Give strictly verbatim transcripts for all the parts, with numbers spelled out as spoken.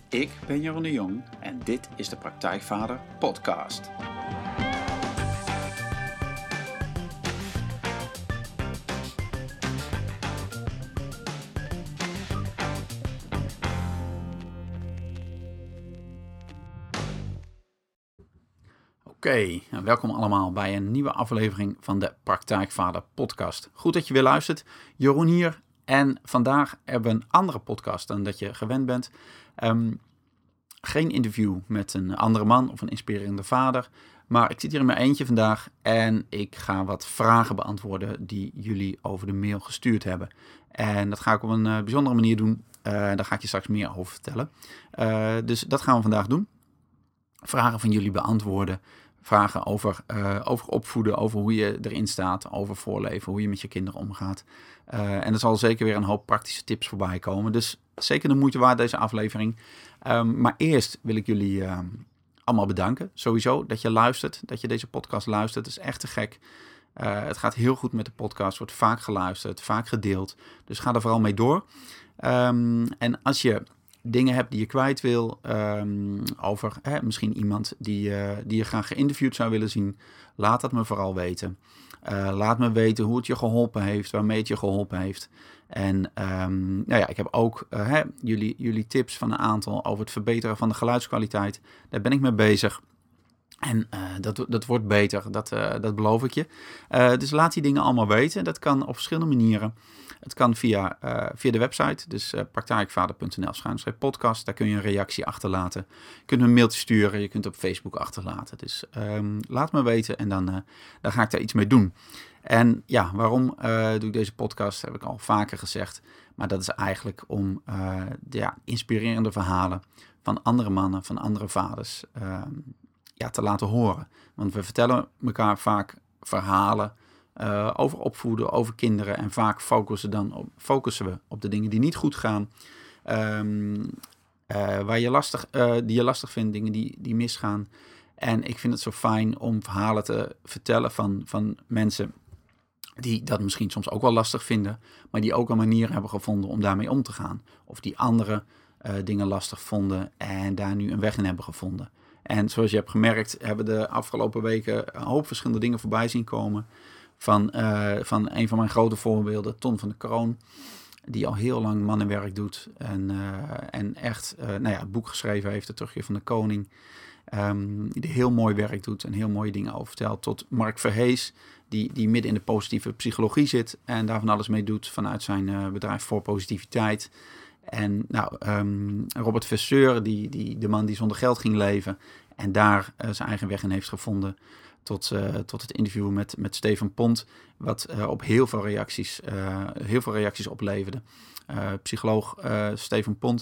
Ik ben Jeroen de Jong en dit is de Praktijkvader podcast. Oké, okay, welkom allemaal bij een nieuwe aflevering van de Praktijkvader podcast. Goed dat je weer luistert. Jeroen hier en vandaag hebben we een andere podcast dan dat je gewend bent. Um, geen interview met een andere man of een inspirerende vader, maar ik zit hier in mijn eentje vandaag en ik ga wat vragen beantwoorden die jullie over de mail gestuurd hebben. En dat ga ik op een uh, bijzondere manier doen. Uh, daar ga ik je straks meer over vertellen. Uh, dus dat gaan we vandaag doen. Vragen van jullie beantwoorden. Vragen over, uh, over opvoeden, over hoe je erin staat, over voorleven, hoe je met je kinderen omgaat. Uh, en er zal zeker weer een hoop praktische tips voorbij komen. Dus zeker de moeite waard deze aflevering. Um, maar eerst wil ik jullie uh, allemaal bedanken. Sowieso dat je luistert, dat je deze podcast luistert. Het is echt te gek. Uh, het gaat heel goed met de podcast, wordt vaak geluisterd, vaak gedeeld. Dus ga er vooral mee door. Um, en als je dingen hebt die je kwijt wil, um, over hè, misschien iemand die, uh, die je graag geïnterviewd zou willen zien, laat dat me vooral weten. Uh, laat me weten hoe het je geholpen heeft, waarmee het je geholpen heeft. En um, nou ja, ik heb ook uh, hè, jullie, jullie tips van een aantal over het verbeteren van de geluidskwaliteit. Daar ben ik mee bezig. En uh, dat, dat wordt beter, dat, uh, dat beloof ik je. Uh, dus laat die dingen allemaal weten. Dat kan op verschillende manieren. Het kan via, uh, via de website, dus uh, praktijkvader punt n l schuinstreep podcast. Daar kun je een reactie achterlaten. Je kunt een mailtje sturen, je kunt op Facebook achterlaten. Dus um, laat me weten en dan, uh, dan ga ik daar iets mee doen. En ja, waarom uh, doe ik deze podcast, heb ik al vaker gezegd. Maar dat is eigenlijk om uh, de, ja, inspirerende verhalen van andere mannen, van andere vaders uh, ja, te laten horen. Want we vertellen elkaar vaak verhalen uh, over opvoeden, over kinderen. En vaak focussen, dan op, focussen we op de dingen die niet goed gaan. Um, uh, waar je lastig, uh, die je lastig vindt, dingen die, die misgaan. En ik vind het zo fijn om verhalen te vertellen van, van mensen die dat misschien soms ook wel lastig vinden, maar die ook een manier hebben gevonden om daarmee om te gaan. Of die andere uh, dingen lastig vonden en daar nu een weg in hebben gevonden. En zoals je hebt gemerkt, hebben de afgelopen weken een hoop verschillende dingen voorbij zien komen. Van, uh, van een van mijn grote voorbeelden, Ton van de Kroon, die al heel lang mannenwerk doet. En, uh, en echt uh, nou ja, het boek geschreven heeft, De Terugkeer van de Koning. Um, die heel mooi werk doet en heel mooie dingen over vertelt. Tot Mark Verhees, die, die midden in de positieve psychologie zit en daar van alles mee doet vanuit zijn uh, bedrijf voor positiviteit. En nou, um, Robert Verseur, die, die, de man die zonder geld ging leven en daar uh, zijn eigen weg in heeft gevonden. Tot, uh, tot het interview met, met Stefan Pont, wat uh, op heel veel reacties, uh, heel veel reacties opleverde. Uh, psycholoog uh, Stefan Pont,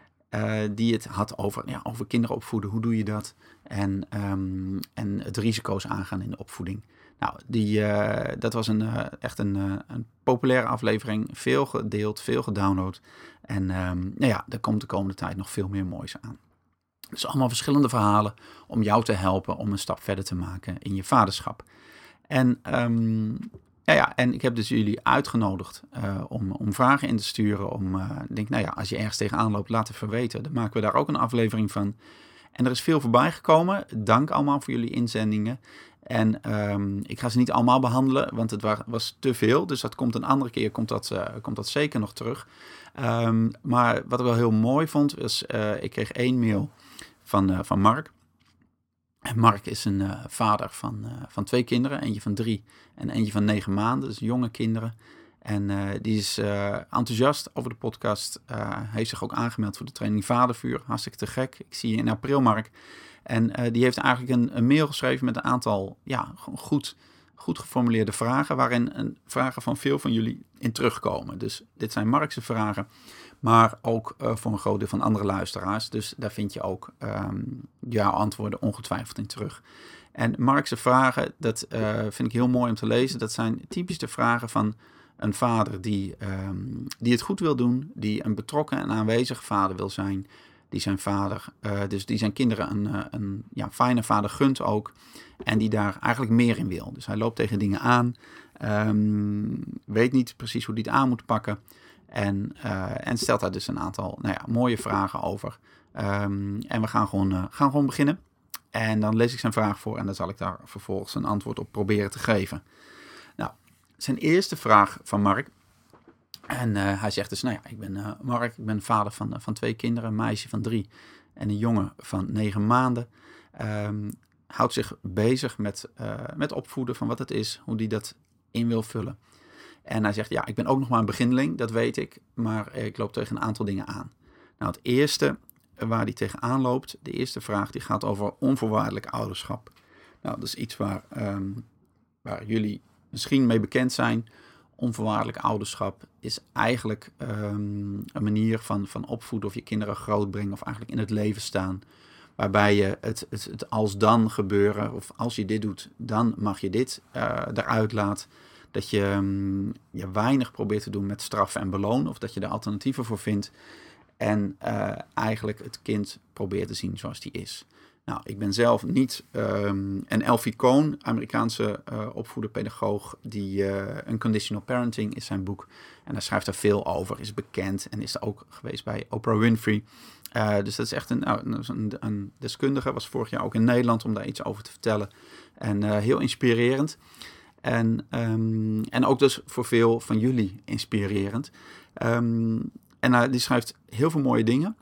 uh, die het had over, ja, over kinderen opvoeden. Hoe doe je dat? En, um, en het risico's aangaan in de opvoeding. Nou, die, uh, dat was een, uh, echt een, uh, een populaire aflevering. Veel gedeeld, veel gedownload. En um, nou ja, er komt de komende tijd nog veel meer moois aan. Dus allemaal verschillende verhalen om jou te helpen om een stap verder te maken in je vaderschap. En, um, ja, ja, en ik heb dus jullie uitgenodigd uh, om, om vragen in te sturen. Om, uh, ik denk, nou ja, als je ergens tegenaan loopt, laat even weten. Dan maken we daar ook een aflevering van. En er is veel voorbij gekomen. Dank allemaal voor jullie inzendingen. En um, ik ga ze niet allemaal behandelen, want het was, was te veel. Dus dat komt een andere keer, komt dat, uh, komt dat zeker nog terug. Um, maar wat ik wel heel mooi vond, was, uh, ik kreeg één mail van, uh, van Mark. En Mark is een uh, vader van, uh, van twee kinderen. Eentje van drie en eentje van negen maanden. Dus jonge kinderen. En uh, die is uh, enthousiast over de podcast. Uh, heeft zich ook aangemeld voor de training Vadervuur. Hartstikke te gek. Ik zie je in april, Mark. En uh, die heeft eigenlijk een, een mail geschreven met een aantal ja, goed, goed geformuleerde vragen. Waarin een, vragen van veel van jullie in terugkomen. Dus dit zijn Mark's vragen. Maar ook uh, voor een groot deel van andere luisteraars. Dus daar vind je ook um, jouw antwoorden ongetwijfeld in terug. En Mark's vragen, dat uh, vind ik heel mooi om te lezen. Dat zijn typisch de vragen van een vader die, um, die het goed wil doen. Die een betrokken en aanwezig vader wil zijn. Die zijn vader, uh, dus die zijn kinderen een, uh, een ja, fijne vader gunt ook. En die daar eigenlijk meer in wil. Dus hij loopt tegen dingen aan. Um, weet niet precies hoe hij het aan moet pakken. En, uh, en stelt daar dus een aantal nou ja, mooie vragen over. Um, en we gaan gewoon, uh, gaan gewoon beginnen. En dan lees ik zijn vraag voor en dan zal ik daar vervolgens een antwoord op proberen te geven. Nou, zijn eerste vraag van Mark. En uh, hij zegt dus, nou ja, ik ben uh, Mark, ik ben vader van, uh, van twee kinderen, een meisje van drie en een jongen van negen maanden. Um, houdt zich bezig met, uh, met opvoeden van wat het is, hoe die dat in wil vullen. En hij zegt, ja, ik ben ook nog maar een beginneling, dat weet ik, maar ik loop tegen een aantal dingen aan. Nou, het eerste waar hij tegenaan loopt, de eerste vraag, die gaat over onvoorwaardelijk ouderschap. Nou, dat is iets waar, um, waar jullie misschien mee bekend zijn. Onvoorwaardelijk ouderschap is eigenlijk um, een manier van, van opvoeden of je kinderen grootbrengen of eigenlijk in het leven staan. Waarbij je het, het, het als dan gebeuren of als je dit doet, dan mag je dit uh, eruit laat. Dat je, um, je weinig probeert te doen met straffen en belonen of dat je er alternatieven voor vindt. En uh, eigenlijk het kind probeert te zien zoals die is. Nou, ik ben zelf niet um, een Elfie Kohn, Amerikaanse uh, opvoederpedagoog, die uh, Unconditional Parenting is zijn boek. En daar schrijft hij veel over, is bekend en is er ook geweest bij Oprah Winfrey. Uh, dus dat is echt een, een, een deskundige, was vorig jaar ook in Nederland om daar iets over te vertellen. En uh, heel inspirerend. En, um, en ook dus voor veel van jullie inspirerend. Um, en uh, die schrijft heel veel mooie dingen.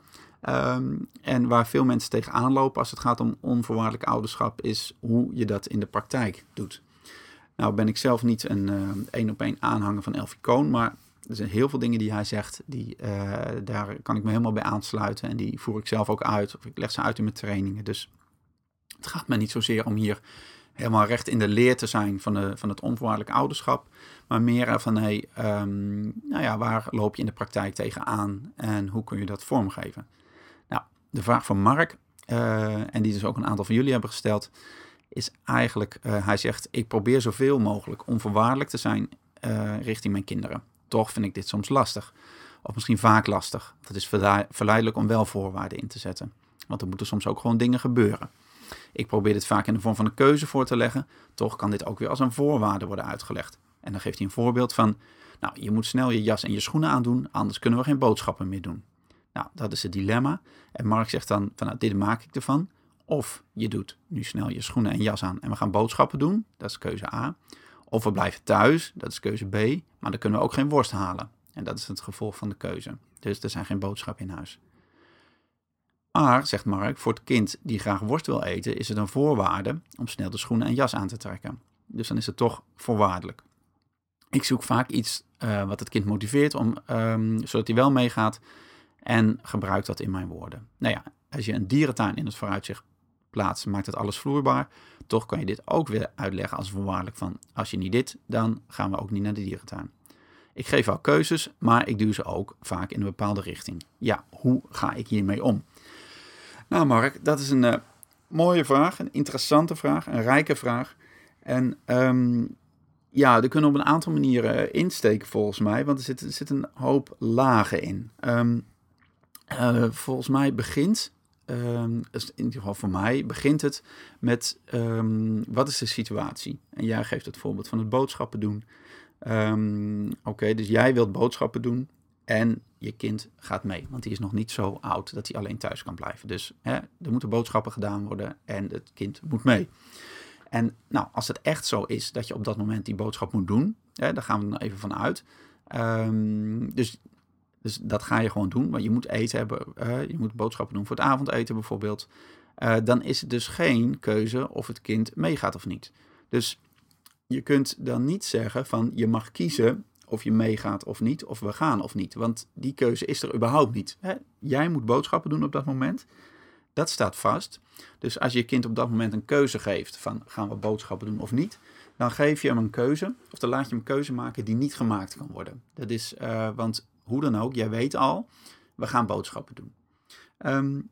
Um, en waar veel mensen tegenaan lopen als het gaat om onvoorwaardelijk ouderschap, is hoe je dat in de praktijk doet. Nou ben ik zelf niet een uh, één op één aanhanger van Elfie Kohn, maar er zijn heel veel dingen die hij zegt, die, uh, daar kan ik me helemaal bij aansluiten. En die voer ik zelf ook uit, of ik leg ze uit in mijn trainingen. Dus het gaat me niet zozeer om hier helemaal recht in de leer te zijn van, de, van het onvoorwaardelijk ouderschap. Maar meer van, hey, um, nou ja, waar loop je in de praktijk tegenaan en hoe kun je dat vormgeven? Nou, de vraag van Mark, uh, en die dus ook een aantal van jullie hebben gesteld, is eigenlijk, uh, hij zegt, ik probeer zoveel mogelijk onvoorwaardelijk te zijn uh, richting mijn kinderen. Toch vind ik dit soms lastig. Of misschien vaak lastig. Het is verleidelijk om wel voorwaarden in te zetten. Want er moeten soms ook gewoon dingen gebeuren. Ik probeer dit vaak in de vorm van een keuze voor te leggen. Toch kan dit ook weer als een voorwaarde worden uitgelegd. En dan geeft hij een voorbeeld van, nou, je moet snel je jas en je schoenen aandoen, anders kunnen we geen boodschappen meer doen. Nou, dat is het dilemma. En Mark zegt dan, van, nou, dit maak ik ervan. Of je doet nu snel je schoenen en jas aan en we gaan boodschappen doen. Dat is keuze A. Of we blijven thuis, dat is keuze B. Maar dan kunnen we ook geen worst halen. En dat is het gevolg van de keuze. Dus er zijn geen boodschappen in huis. Maar, zegt Mark, voor het kind die graag worst wil eten, is het een voorwaarde om snel de schoenen en jas aan te trekken. Dus dan is het toch voorwaardelijk. Ik zoek vaak iets uh, wat het kind motiveert, om, um, zodat hij wel meegaat en gebruik dat in mijn woorden. Nou ja, als je een dierentuin in het vooruitzicht plaatst, maakt het alles vloeibaar. Toch kan je dit ook weer uitleggen als voorwaardelijk van, als je niet dit, dan gaan we ook niet naar de dierentuin. Ik geef wel keuzes, maar ik duw ze ook vaak in een bepaalde richting. Ja, hoe ga ik hiermee om? Nou Mark, dat is een uh, mooie vraag, een interessante vraag, een rijke vraag. En um, ja, er kunnen op een aantal manieren insteken volgens mij, want er zit, er zit een hoop lagen in. Um, uh, volgens mij begint, um, in ieder geval voor mij, begint het met um, wat is de situatie? En jij geeft het voorbeeld van het boodschappen doen. Um, Oké, okay, dus jij wilt boodschappen doen en je kind gaat mee, want die is nog niet zo oud dat hij alleen thuis kan blijven. Dus hè, er moeten boodschappen gedaan worden en het kind moet mee. En nou, als het echt zo is dat je op dat moment die boodschap moet doen, hè, daar gaan we dan even van uit. Um, dus, dus dat ga je gewoon doen, want je moet eten hebben, uh, je moet boodschappen doen voor het avondeten bijvoorbeeld. Uh, dan is het dus geen keuze of het kind meegaat of niet. Dus je kunt dan niet zeggen van je mag kiezen of je meegaat of niet, of we gaan of niet. Want die keuze is er überhaupt niet. Hè? Jij moet boodschappen doen op dat moment. Dat staat vast. Dus als je je kind op dat moment een keuze geeft van gaan we boodschappen doen of niet, dan geef je hem een keuze, of dan laat je hem een keuze maken die niet gemaakt kan worden. Dat is, uh, want hoe dan ook, jij weet al, we gaan boodschappen doen. Um,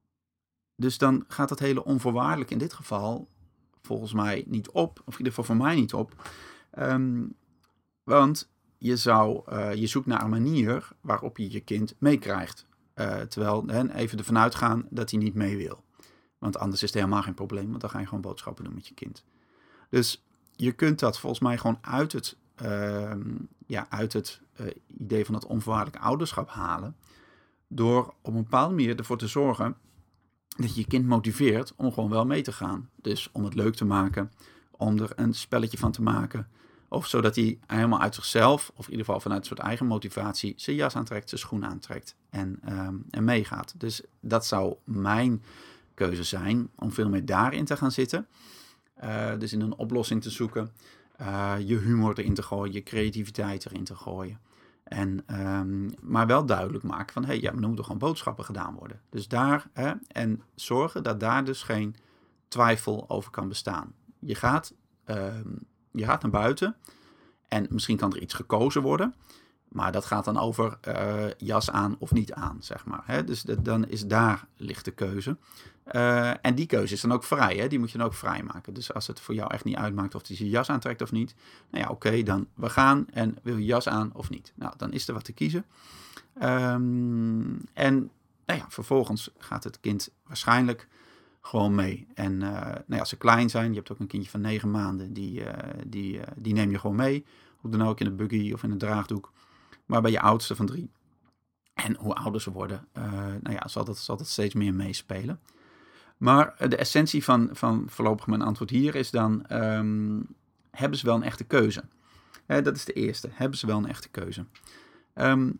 dus dan gaat het hele onvoorwaardelijk in dit geval volgens mij niet op, of in ieder geval voor mij niet op. Um, want je, zou, uh, je zoekt naar een manier waarop je je kind meekrijgt. Uh, terwijl hè, even ervan uitgaan dat hij niet mee wil. Want anders is het helemaal geen probleem, want dan ga je gewoon boodschappen doen met je kind. Dus je kunt dat volgens mij gewoon uit het uh, ja, uit het uh, idee van het onvoorwaardelijk ouderschap halen. Door op een bepaalde manier ervoor te zorgen dat je je kind motiveert om gewoon wel mee te gaan. Dus om het leuk te maken, om er een spelletje van te maken. Of zodat hij helemaal uit zichzelf, of in ieder geval vanuit een soort eigen motivatie, zijn jas aantrekt, zijn schoen aantrekt en, um, en meegaat. Dus dat zou mijn keuze zijn om veel meer daarin te gaan zitten. Uh, dus in een oplossing te zoeken, uh, je humor erin te gooien, je creativiteit erin te gooien. En, um, maar wel duidelijk maken van, hé, hey, ja, maar er moeten gewoon boodschappen gedaan worden. Dus daar, hè, en zorgen dat daar dus geen twijfel over kan bestaan. Je gaat, um, je gaat naar buiten en misschien kan er iets gekozen worden. Maar dat gaat dan over uh, jas aan of niet aan, zeg maar. Hè? Dus dat, dan is daar ligt de keuze. Uh, en die keuze is dan ook vrij, hè? Die moet je dan ook vrijmaken. Dus als het voor jou echt niet uitmaakt of hij zijn jas aantrekt of niet. Nou ja, oké, okay, dan we gaan en wil je jas aan of niet? Nou, dan is er wat te kiezen. Um, en nou ja, vervolgens gaat het kind waarschijnlijk gewoon mee. En uh, nou ja, als ze klein zijn, je hebt ook een kindje van negen maanden, die, uh, die, uh, die neem je gewoon mee. Hoe dan ook in de buggy of in een draagdoek. Maar bij je oudste van drie. En hoe ouder ze worden, uh, nou ja, zal dat, zal dat steeds meer meespelen. Maar de essentie van, van voorlopig mijn antwoord hier is dan, um, hebben ze wel een echte keuze? Hè, dat is de eerste. Hebben ze wel een echte keuze? Um,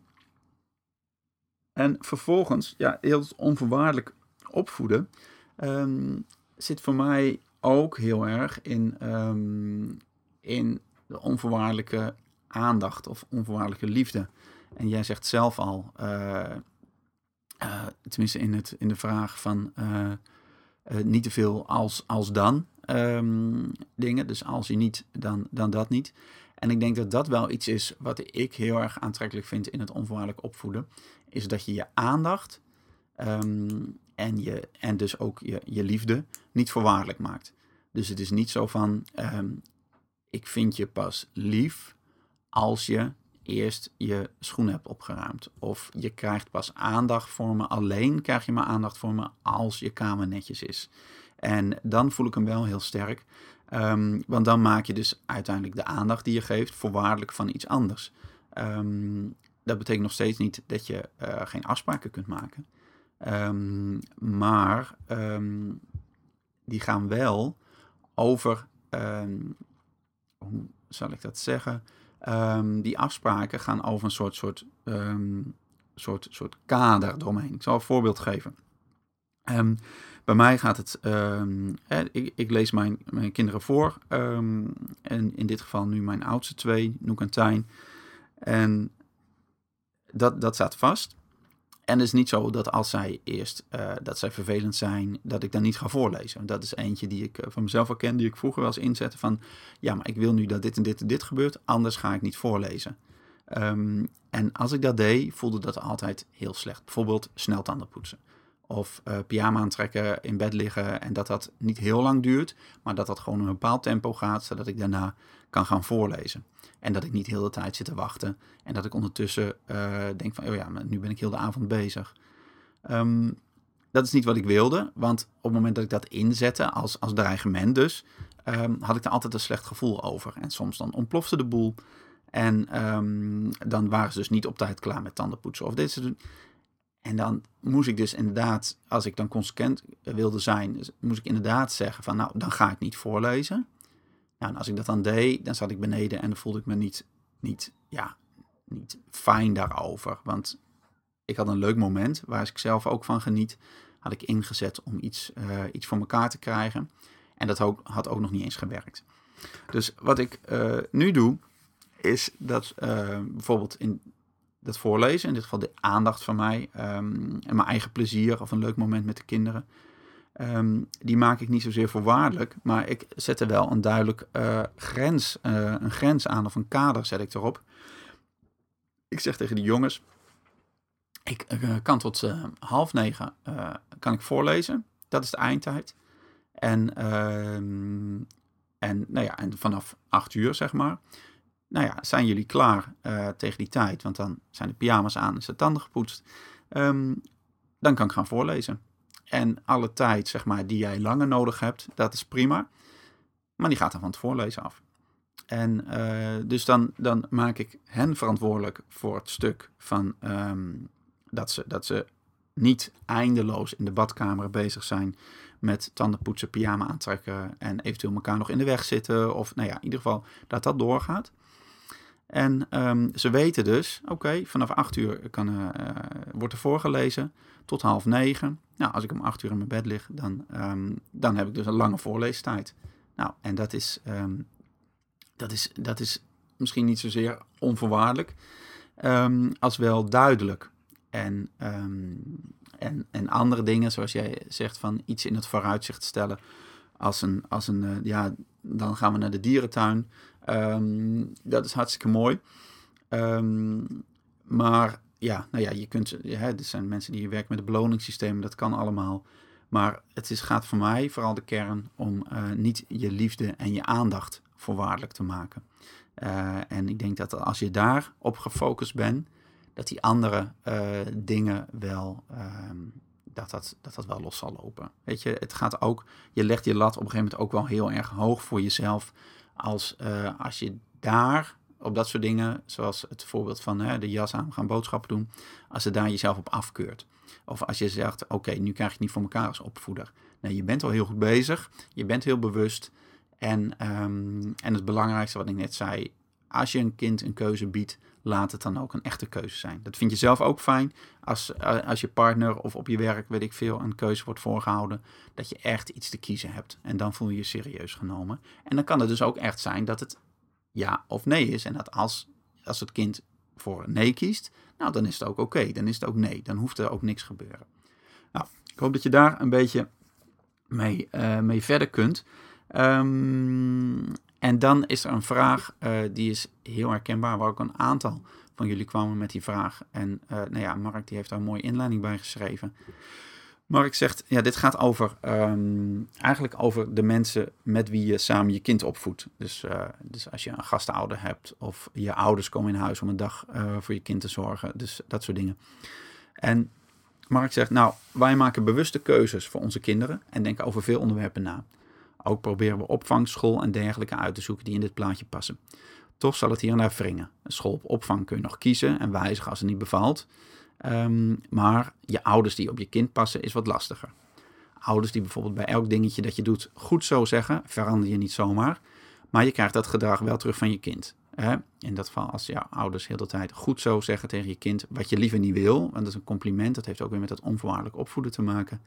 en vervolgens, ja, heel onvoorwaardelijk opvoeden um, zit voor mij ook heel erg in, um, in de onvoorwaardelijke aandacht of onvoorwaardelijke liefde. En jij zegt zelf al, uh, uh, tenminste in, het, in de vraag van uh, uh, niet te veel als, als dan um, dingen. Dus als je niet, dan, dan dat niet. En ik denk dat dat wel iets is wat ik heel erg aantrekkelijk vind in het onvoorwaardelijk opvoeden. Is dat je je aandacht um, en, je, en dus ook je, je liefde niet voorwaardelijk maakt. Dus het is niet zo van, um, ik vind je pas lief als je eerst je schoenen hebt opgeruimd. Of je krijgt pas aandacht voor me, alleen krijg je maar aandacht voor me als je kamer netjes is. En dan voel ik hem wel heel sterk. Um, want dan maak je dus uiteindelijk de aandacht die je geeft voorwaardelijk van iets anders. Um, dat betekent nog steeds niet dat je uh, geen afspraken kunt maken. Um, maar um, die gaan wel over, um, hoe zal ik dat zeggen? Um, die afspraken gaan over een soort, soort, um, soort, soort kader eromheen. Ik zal een voorbeeld geven. Um, bij mij gaat het, um, hè, ik, ik lees mijn, mijn kinderen voor. Um, en in dit geval nu mijn oudste twee, Noek en Tijn. En dat, dat staat vast. En het is niet zo dat als zij eerst uh, dat zij vervelend zijn, dat ik dan niet ga voorlezen. Dat is eentje die ik uh, van mezelf al ken, die ik vroeger wel eens inzette van, ja, maar ik wil nu dat dit en dit en dit gebeurt, anders ga ik niet voorlezen. Um, en als ik dat deed, voelde dat altijd heel slecht. Bijvoorbeeld snel tanden poetsen. Of uh, pyjama aantrekken, in bed liggen en dat dat niet heel lang duurt, maar dat dat gewoon in een bepaald tempo gaat, zodat ik daarna kan gaan voorlezen. En dat ik niet heel de tijd zit te wachten. En dat ik ondertussen uh, denk van, oh ja, maar nu ben ik heel de avond bezig. Um, dat is niet wat ik wilde, want op het moment dat ik dat inzette, als, als dreigement dus, um, had ik er altijd een slecht gevoel over. En soms dan ontplofte de boel. En um, dan waren ze dus niet op tijd klaar met tandenpoetsen of dit soort. En dan moest ik dus inderdaad, als ik dan consequent wilde zijn, moest ik inderdaad zeggen van, nou, dan ga ik niet voorlezen. Nou, en als ik dat dan deed, dan zat ik beneden en dan voelde ik me niet, niet, ja, niet fijn daarover. Want ik had een leuk moment, waar ik zelf ook van geniet, had ik ingezet om iets, uh, iets voor elkaar te krijgen. En dat ook, had ook nog niet eens gewerkt. Dus wat ik uh, nu doe, is dat uh, bijvoorbeeld in dat voorlezen, in dit geval de aandacht van mij um, en mijn eigen plezier of een leuk moment met de kinderen, Um, die maak ik niet zozeer voorwaardelijk, maar ik zet er wel een duidelijk uh, grens, uh, een grens aan of een kader zet ik erop. Ik zeg tegen die jongens, ik uh, kan tot uh, half negen uh, kan ik voorlezen, dat is de eindtijd. En, uh, en, nou ja, en vanaf acht uur zeg maar, nou ja, zijn jullie klaar uh, tegen die tijd, want dan zijn de pyjama's aan en is de tanden gepoetst. Um, dan kan ik gaan voorlezen. En alle tijd, zeg maar, die jij langer nodig hebt, dat is prima. Maar die gaat dan van het voorlezen af. En uh, dus dan, dan maak ik hen verantwoordelijk voor het stuk van um, dat, ze, dat ze niet eindeloos in de badkamer bezig zijn met tandenpoetsen, pyjama aantrekken en eventueel elkaar nog in de weg zitten. Of nou ja, in ieder geval dat dat doorgaat. En um, ze weten dus, oké, okay, vanaf acht uur kan, uh, wordt er voorgelezen tot half negen. Nou, als ik om acht uur in mijn bed lig, dan, um, dan heb ik dus een lange voorleestijd. Nou, en dat is, um, dat is, dat is misschien niet zozeer onvoorwaardelijk, um, als wel duidelijk. En, um, en, en andere dingen, zoals jij zegt, van iets in het vooruitzicht stellen. Als een, als een uh, ja, dan gaan we naar de dierentuin. Um, dat is hartstikke mooi. Um, maar ja, nou ja, je kunt, ja, er zijn mensen die werken met het beloningssysteem, dat kan allemaal. Maar het is, gaat voor mij vooral de kern om uh, niet je liefde en je aandacht voorwaardelijk te maken. Uh, en ik denk dat als je daarop gefocust bent, dat die andere uh, dingen wel, uh, dat, dat, dat dat wel los zal lopen. Weet je, het gaat ook, je legt je lat op een gegeven moment ook wel heel erg hoog voor jezelf. Als, uh, als je daar op dat soort dingen, zoals het voorbeeld van hè, de jas aan gaan boodschappen doen, als je daar jezelf op afkeurt. Of als je zegt, oké, okay, nu krijg je het niet voor elkaar als opvoeder. Nee, je bent al heel goed bezig, je bent heel bewust. En, um, en het belangrijkste wat ik net zei, als je een kind een keuze biedt, laat het dan ook een echte keuze zijn. Dat vind je zelf ook fijn als, als je partner of op je werk, weet ik veel, een keuze wordt voorgehouden, dat je echt iets te kiezen hebt. En dan voel je je serieus genomen. En dan kan het dus ook echt zijn dat het ja of nee is. En dat als, als het kind voor nee kiest, nou dan is het ook oké. Okay. Dan is het ook nee. Dan hoeft er ook niks gebeuren. Nou, ik hoop dat je daar een beetje mee, uh, mee verder kunt. Um, en dan is er een vraag, uh, die is heel herkenbaar, waar ook een aantal van jullie kwamen met die vraag. En uh, nou ja, Mark die heeft daar een mooie inleiding bij geschreven. Mark zegt, ja, dit gaat over, um, eigenlijk over de mensen met wie je samen je kind opvoedt. Dus, uh, dus als je een gastouder hebt of je ouders komen in huis om een dag uh, voor je kind te zorgen. Dus dat soort dingen. En Mark zegt, nou, wij maken bewuste keuzes voor onze kinderen en denken over veel onderwerpen na. Ook proberen we opvang, school en dergelijke uit te zoeken die in dit plaatje passen. Toch zal het hier en daar wringen. Een school op opvang kun je nog kiezen en wijzigen als het niet bevalt. Um, maar je ouders die op je kind passen is wat lastiger. Ouders die bijvoorbeeld bij elk dingetje dat je doet goed zo zeggen, verander je niet zomaar. Maar je krijgt dat gedrag wel terug van je kind. Hè? In dat geval als jouw ouders heel de tijd goed zo zeggen tegen je kind wat je liever niet wil. Want dat is een compliment, dat heeft ook weer met dat onvoorwaardelijk opvoeden te maken.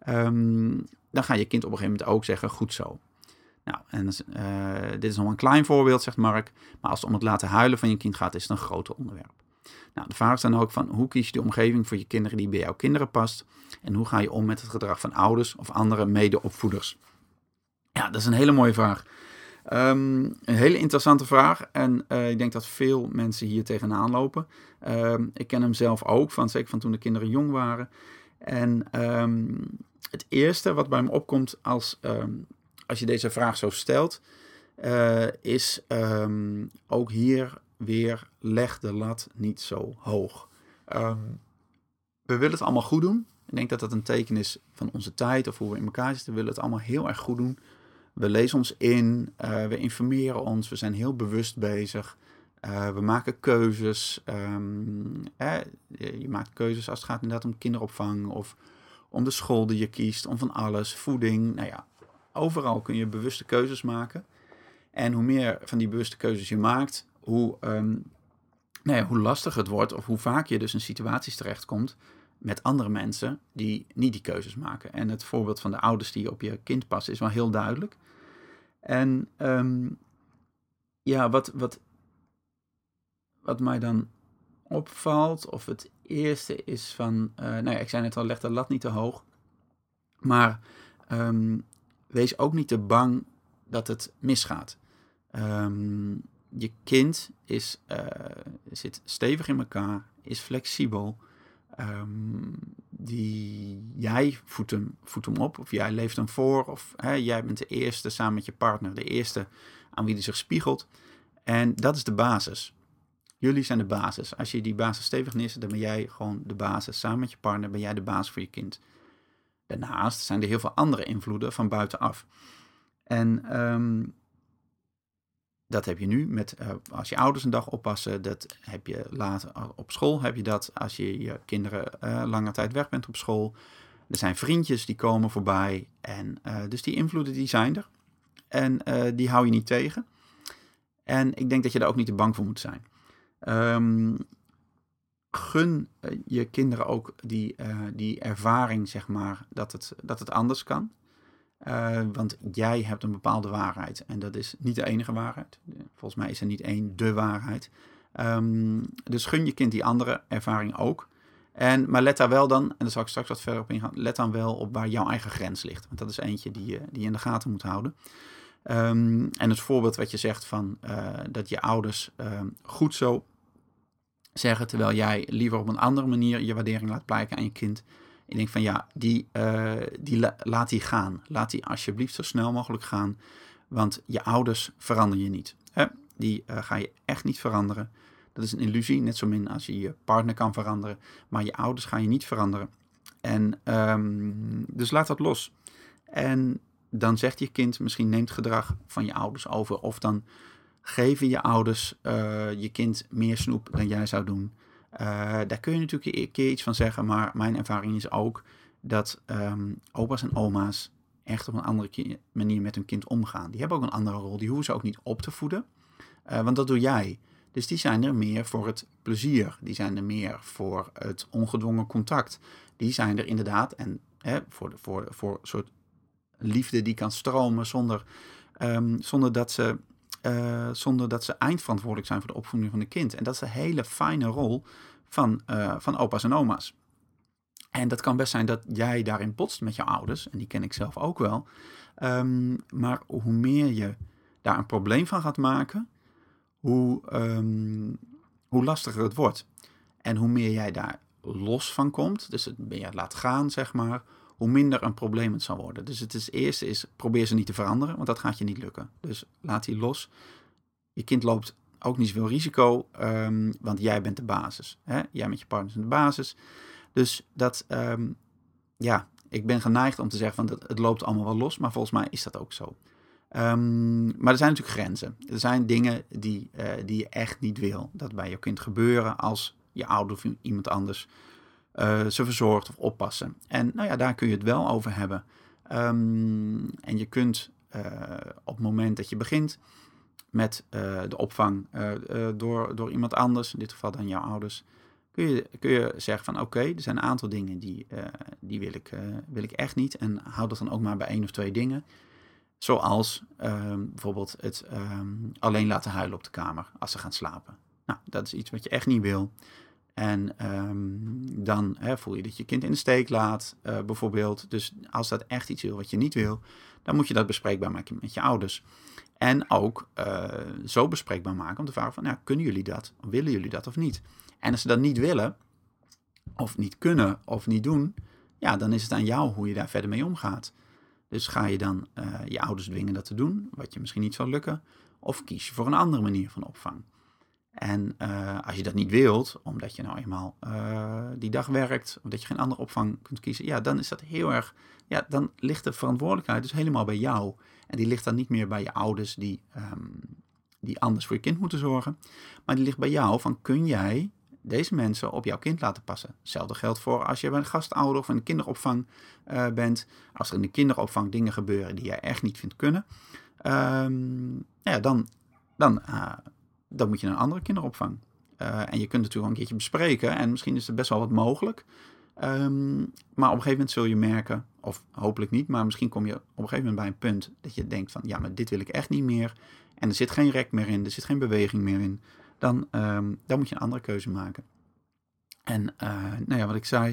Um, dan gaat je kind op een gegeven moment ook zeggen goed zo. Nou, en uh, dit is nog een klein voorbeeld, zegt Mark. Maar als het om het laten huilen van je kind gaat, is het een groter onderwerp. Nou, de vraag is dan ook van hoe kies je de omgeving voor je kinderen die bij jouw kinderen past? En hoe ga je om met het gedrag van ouders of andere mede-opvoeders? Ja, dat is een hele mooie vraag. Um, een hele interessante vraag en uh, ik denk dat veel mensen hier tegenaan lopen. Um, ik ken hem zelf ook, van, zeker van toen de kinderen jong waren. En um, het eerste wat bij me opkomt als, um, als je deze vraag zo stelt, uh, is um, ook hier weer leg de lat niet zo hoog. Um, we willen het allemaal goed doen. Ik denk dat dat een teken is van onze tijd of hoe we in elkaar zitten. We willen het allemaal heel erg goed doen. We lezen ons in, uh, we informeren ons, we zijn heel bewust bezig. Uh, we maken keuzes. Um, eh, je maakt keuzes als het gaat inderdaad om kinderopvang of om de school die je kiest, om van alles, voeding. Nou ja, overal kun je bewuste keuzes maken. En hoe meer van die bewuste keuzes je maakt, hoe, um, nou ja, hoe lastig het wordt of hoe vaak je dus in situaties terechtkomt met andere mensen die niet die keuzes maken. En het voorbeeld van de ouders die op je kind passen is wel heel duidelijk. En um, ja, wat, wat, wat mij dan opvalt, of het eerste is van, uh, nou ja, ik zei net al, leg de lat niet te hoog. Maar um, wees ook niet te bang dat het misgaat. Um, je kind is, uh, zit stevig in elkaar, is flexibel. Um, die, jij voedt hem, voedt hem op, of jij leeft hem voor, of hè, jij bent de eerste samen met je partner, de eerste aan wie hij zich spiegelt. En dat is de basis. Jullie zijn de basis. Als je die basis stevig neerzet, dan ben jij gewoon de basis. Samen met je partner ben jij de basis voor je kind. Daarnaast zijn er heel veel andere invloeden van buitenaf. En um, dat heb je nu met uh, als je ouders een dag oppassen. Dat heb je later op school. Heb je dat als je je kinderen uh, lange tijd weg bent op school. Er zijn vriendjes die komen voorbij. En uh, dus die invloeden die zijn er. En uh, die hou je niet tegen. En ik denk dat je daar ook niet te bang voor moet zijn. Um, gun uh, je kinderen ook die, uh, die ervaring, zeg maar, dat het, dat het anders kan. Uh, want jij hebt een bepaalde waarheid. En dat is niet de enige waarheid. Volgens mij is er niet één de waarheid. Um, dus gun je kind die andere ervaring ook. En, maar let daar wel dan, en daar zal ik straks wat verder op ingaan, let dan wel op waar jouw eigen grens ligt. Want dat is eentje die je, die je in de gaten moet houden. Um, en het voorbeeld wat je zegt van uh, dat je ouders uh, goed zo zeggen, terwijl jij liever op een andere manier je waardering laat blijken aan je kind. Ik denk van ja, die, uh, die la- laat die gaan. Laat die alsjeblieft zo snel mogelijk gaan. Want je ouders veranderen je niet. Hè? Die uh, ga je echt niet veranderen. Dat is een illusie, net zo min als je je partner kan veranderen. Maar je ouders ga je niet veranderen. En um, dus laat dat los. En dan zegt je kind, misschien neemt gedrag van je ouders over. Of dan geven je ouders uh, je kind meer snoep dan jij zou doen. Uh, daar kun je natuurlijk een keer iets van zeggen. Maar mijn ervaring is ook dat um, opa's en oma's echt op een andere ki- manier met hun kind omgaan. Die hebben ook een andere rol. Die hoeven ze ook niet op te voeden. Uh, want dat doe jij. Dus die zijn er meer voor het plezier. Die zijn er meer voor het ongedwongen contact. Die zijn er inderdaad en hè, voor, voor, voor een soort liefde die kan stromen zonder, um, zonder, dat ze, uh, zonder dat ze eindverantwoordelijk zijn voor de opvoeding van een kind. En dat is een hele fijne rol van, uh, van opa's en oma's. En dat kan best zijn dat jij daarin botst met je ouders. En die ken ik zelf ook wel. Um, maar hoe meer je daar een probleem van gaat maken, hoe, um, hoe lastiger het wordt. En hoe meer jij daar los van komt, dus het, je het laat gaan, zeg maar, hoe minder een probleem het zal worden. Dus het is, eerste is, probeer ze niet te veranderen, want dat gaat je niet lukken. Dus laat die los. Je kind loopt ook niet zoveel risico, um, want jij bent de basis. Hè? Jij met je partner bent de basis. Dus dat, um, ja, ik ben geneigd om te zeggen van dat het loopt allemaal wel los, maar volgens mij is dat ook zo. Um, maar er zijn natuurlijk grenzen. Er zijn dingen die, uh, die je echt niet wil dat bij je kind gebeuren als je ouder of iemand anders uh, ze verzorgt of oppassen. En nou ja, daar kun je het wel over hebben. Um, en je kunt uh, op het moment dat je begint met uh, de opvang uh, uh, door, door iemand anders, in dit geval dan jouw ouders, kun je, kun je zeggen van oké, okay, er zijn een aantal dingen die, uh, die wil, ik, uh, wil ik echt niet. En hou dat dan ook maar bij één of twee dingen. Zoals um, bijvoorbeeld het um, alleen laten huilen op de kamer als ze gaan slapen. Nou, dat is iets wat je echt niet wil. En um, dan hè, voel je dat je kind in de steek laat, uh, bijvoorbeeld. Dus als dat echt iets wil wat je niet wil, dan moet je dat bespreekbaar maken met je ouders. En ook uh, zo bespreekbaar maken om te vragen van, nou, kunnen jullie dat? Willen jullie dat of niet? En als ze dat niet willen, of niet kunnen, of niet doen, ja, dan is het aan jou hoe je daar verder mee omgaat. Dus ga je dan uh, je ouders dwingen dat te doen, wat je misschien niet zal lukken, of kies je voor een andere manier van opvang. En uh, als je dat niet wilt, omdat je nou eenmaal uh, die dag werkt, of dat je geen andere opvang kunt kiezen, ja, dan is dat heel erg, ja, dan ligt de verantwoordelijkheid dus helemaal bij jou. En die ligt dan niet meer bij je ouders die, um, die anders voor je kind moeten zorgen, maar die ligt bij jou van, kun jij deze mensen op jouw kind laten passen? Hetzelfde geldt voor als je bij een gastouder of in een kinderopvang uh, bent. Als er in de kinderopvang dingen gebeuren die jij echt niet vindt kunnen, um, ja, dan, dan, uh, dan moet je naar een andere kinderopvang. Uh, en je kunt natuurlijk wel een keertje bespreken en misschien is er best wel wat mogelijk. Um, maar op een gegeven moment zul je merken, of hopelijk niet, maar misschien kom je op een gegeven moment bij een punt dat je denkt van, ja, maar dit wil ik echt niet meer. En er zit geen rek meer in, er zit geen beweging meer in. Dan, um, dan moet je een andere keuze maken. En uh, nou ja, wat ik zei,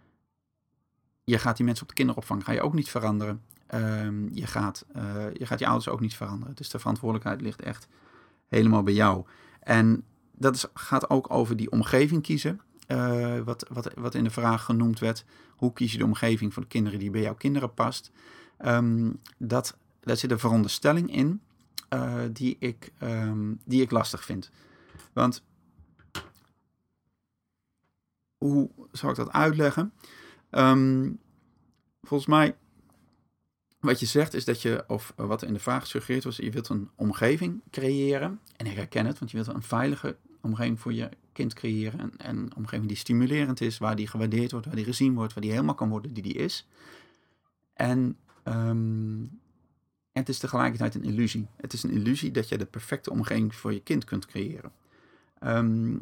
je gaat die mensen op de kinderopvang ga je ook niet veranderen. Um, je, gaat, uh, je gaat je ouders ook niet veranderen. Dus de verantwoordelijkheid ligt echt helemaal bij jou. En dat is, gaat ook over die omgeving kiezen. Uh, wat, wat, wat in de vraag genoemd werd. Hoe kies je de omgeving voor de kinderen die bij jouw kinderen past? Um, dat, daar zit een veronderstelling in uh, die, ik, um, die ik lastig vind. Want hoe zou ik dat uitleggen? Um, volgens mij wat je zegt is dat je, of wat in de vraag gesuggereerd was, je wilt een omgeving creëren. En ik herken het, want je wilt een veilige omgeving voor je kind creëren. En, en een omgeving die stimulerend is, waar die gewaardeerd wordt, waar die gezien wordt, waar die helemaal kan worden die die is. En um, het is tegelijkertijd een illusie. Het is een illusie dat je de perfecte omgeving voor je kind kunt creëren. Um,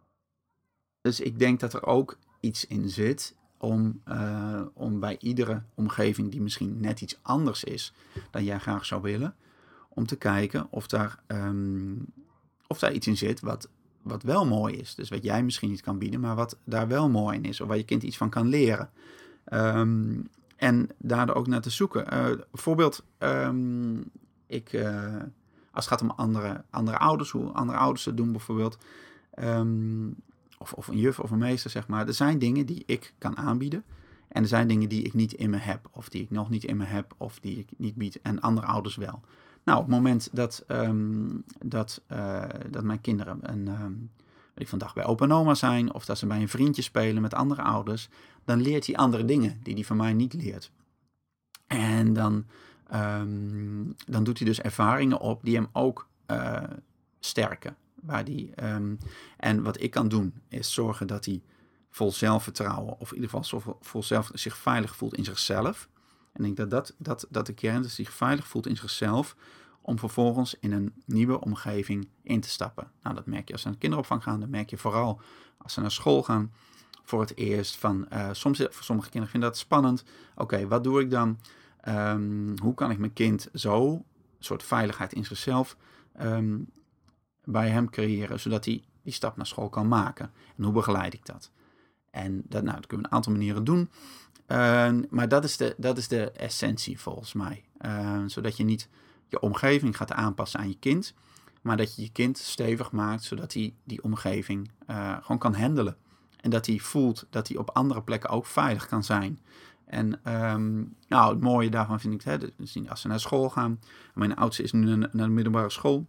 dus ik denk dat er ook iets in zit om, uh, om bij iedere omgeving die misschien net iets anders is dan jij graag zou willen, om te kijken of daar, um, of daar iets in zit wat, wat wel mooi is. Dus wat jij misschien niet kan bieden, maar wat daar wel mooi in is. Of waar je kind iets van kan leren. Um, en daar ook naar te zoeken. Uh, bijvoorbeeld, um, ik, uh, als het gaat om andere, andere ouders, hoe andere ouders het doen bijvoorbeeld. Um, of, of een juf of een meester, zeg maar. Er zijn dingen die ik kan aanbieden. En er zijn dingen die ik niet in me heb. Of die ik nog niet in me heb. Of die ik niet bied. En andere ouders wel. Nou, op het moment dat, um, dat, uh, dat mijn kinderen een, um, weet ik, vandaag bij opa en oma zijn, of dat ze bij een vriendje spelen met andere ouders, dan leert hij andere dingen die hij van mij niet leert. En dan, um, dan doet hij dus ervaringen op die hem ook uh, sterken. Waar die, um, en wat ik kan doen, is zorgen dat hij vol zelfvertrouwen, of in ieder geval vol, vol zelf, zich veilig voelt in zichzelf. En ik denk dat dat, dat, dat de kern is, dat hij zich veilig voelt in zichzelf, om vervolgens in een nieuwe omgeving in te stappen. Nou, dat merk je als ze naar de kinderopvang gaan, dat merk je vooral als ze naar school gaan. Voor het eerst van, uh, soms, voor sommige kinderen vinden dat spannend. Oké, okay, wat doe ik dan? Um, hoe kan ik mijn kind zo, een soort veiligheid in zichzelf, um, bij hem creëren, zodat hij die stap naar school kan maken? En hoe begeleid ik dat? En dat, nou, dat kunnen we een aantal manieren doen. Uh, maar dat is, de, dat is de essentie volgens mij. Uh, zodat je niet je omgeving gaat aanpassen aan je kind, maar dat je je kind stevig maakt, zodat hij die omgeving uh, gewoon kan handelen. En dat hij voelt dat hij op andere plekken ook veilig kan zijn. En um, nou, het mooie daarvan vind ik, hè, dus als ze naar school gaan. Mijn oudste is nu naar de middelbare school.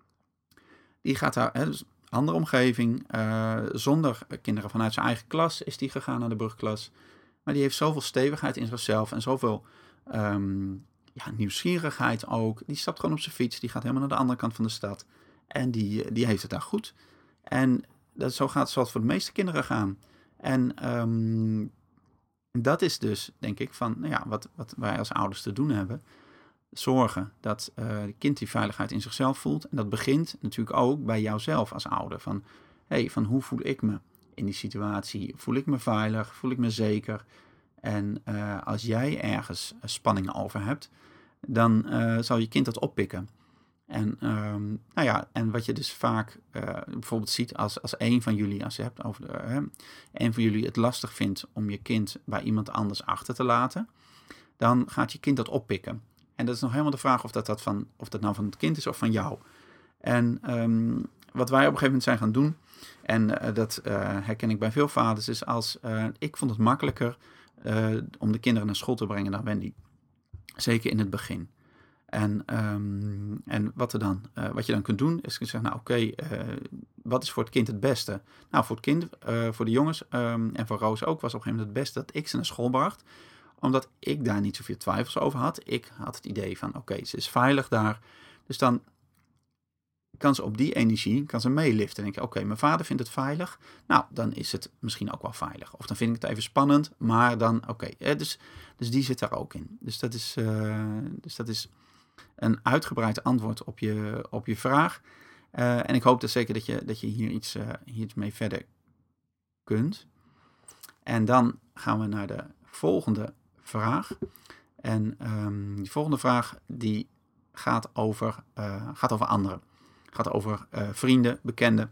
Die gaat daar, hè, dus andere omgeving. Uh, zonder kinderen vanuit zijn eigen klas is die gegaan naar de brugklas. Maar die heeft zoveel stevigheid in zichzelf en zoveel um, ja, nieuwsgierigheid ook. Die stapt gewoon op zijn fiets. Die gaat helemaal naar de andere kant van de stad. En die, die heeft het daar goed. En dat, zo gaat het zoals voor de meeste kinderen gaan. En um, dat is dus, denk ik, van nou ja, wat, wat wij als ouders te doen hebben. Zorgen dat uh, het kind die veiligheid in zichzelf voelt. En dat begint natuurlijk ook bij jouzelf als ouder. Van, hey, van hoe voel ik me in die situatie? Voel ik me veilig? Voel ik me zeker? En uh, als jij ergens spanningen over hebt, dan uh, zal je kind dat oppikken. En, um, nou ja, en wat je dus vaak uh, bijvoorbeeld ziet als, als een van jullie, als je hebt over de, uh, een van jullie het lastig vindt om je kind bij iemand anders achter te laten, dan gaat je kind dat oppikken. En dat is nog helemaal de vraag of dat, dat, van, of dat nou van het kind is of van jou. En um, wat wij op een gegeven moment zijn gaan doen, en uh, dat uh, herken ik bij veel vaders, is als uh, ik vond het makkelijker uh, om de kinderen naar school te brengen dan Wendy. Zeker in het begin. En, um, en wat, er dan, uh, wat je dan kunt doen, is zeggen, nou oké, okay, uh, wat is voor het kind het beste? Nou, voor het kind, uh, voor de jongens um, en voor Roos ook, was op een gegeven moment het beste dat ik ze naar school bracht. Omdat ik daar niet zoveel twijfels over had. Ik had het idee van, oké, okay, ze is veilig daar. Dus dan kan ze op die energie, kan ze meeliften. En denk je, oké, okay, mijn vader vindt het veilig. Nou, dan is het misschien ook wel veilig. Of dan vind ik het even spannend, maar dan, oké. Okay. Eh, dus, dus die zit daar ook in. Dus dat is, uh, dus dat is een uitgebreid antwoord op je, op je vraag. Uh, en ik hoop dus zeker dat je, dat je hier, iets, uh, hier iets mee verder kunt. En dan gaan we naar de volgende vraag. En um, die volgende vraag die gaat over, uh, gaat over anderen. Gaat over uh, vrienden, bekenden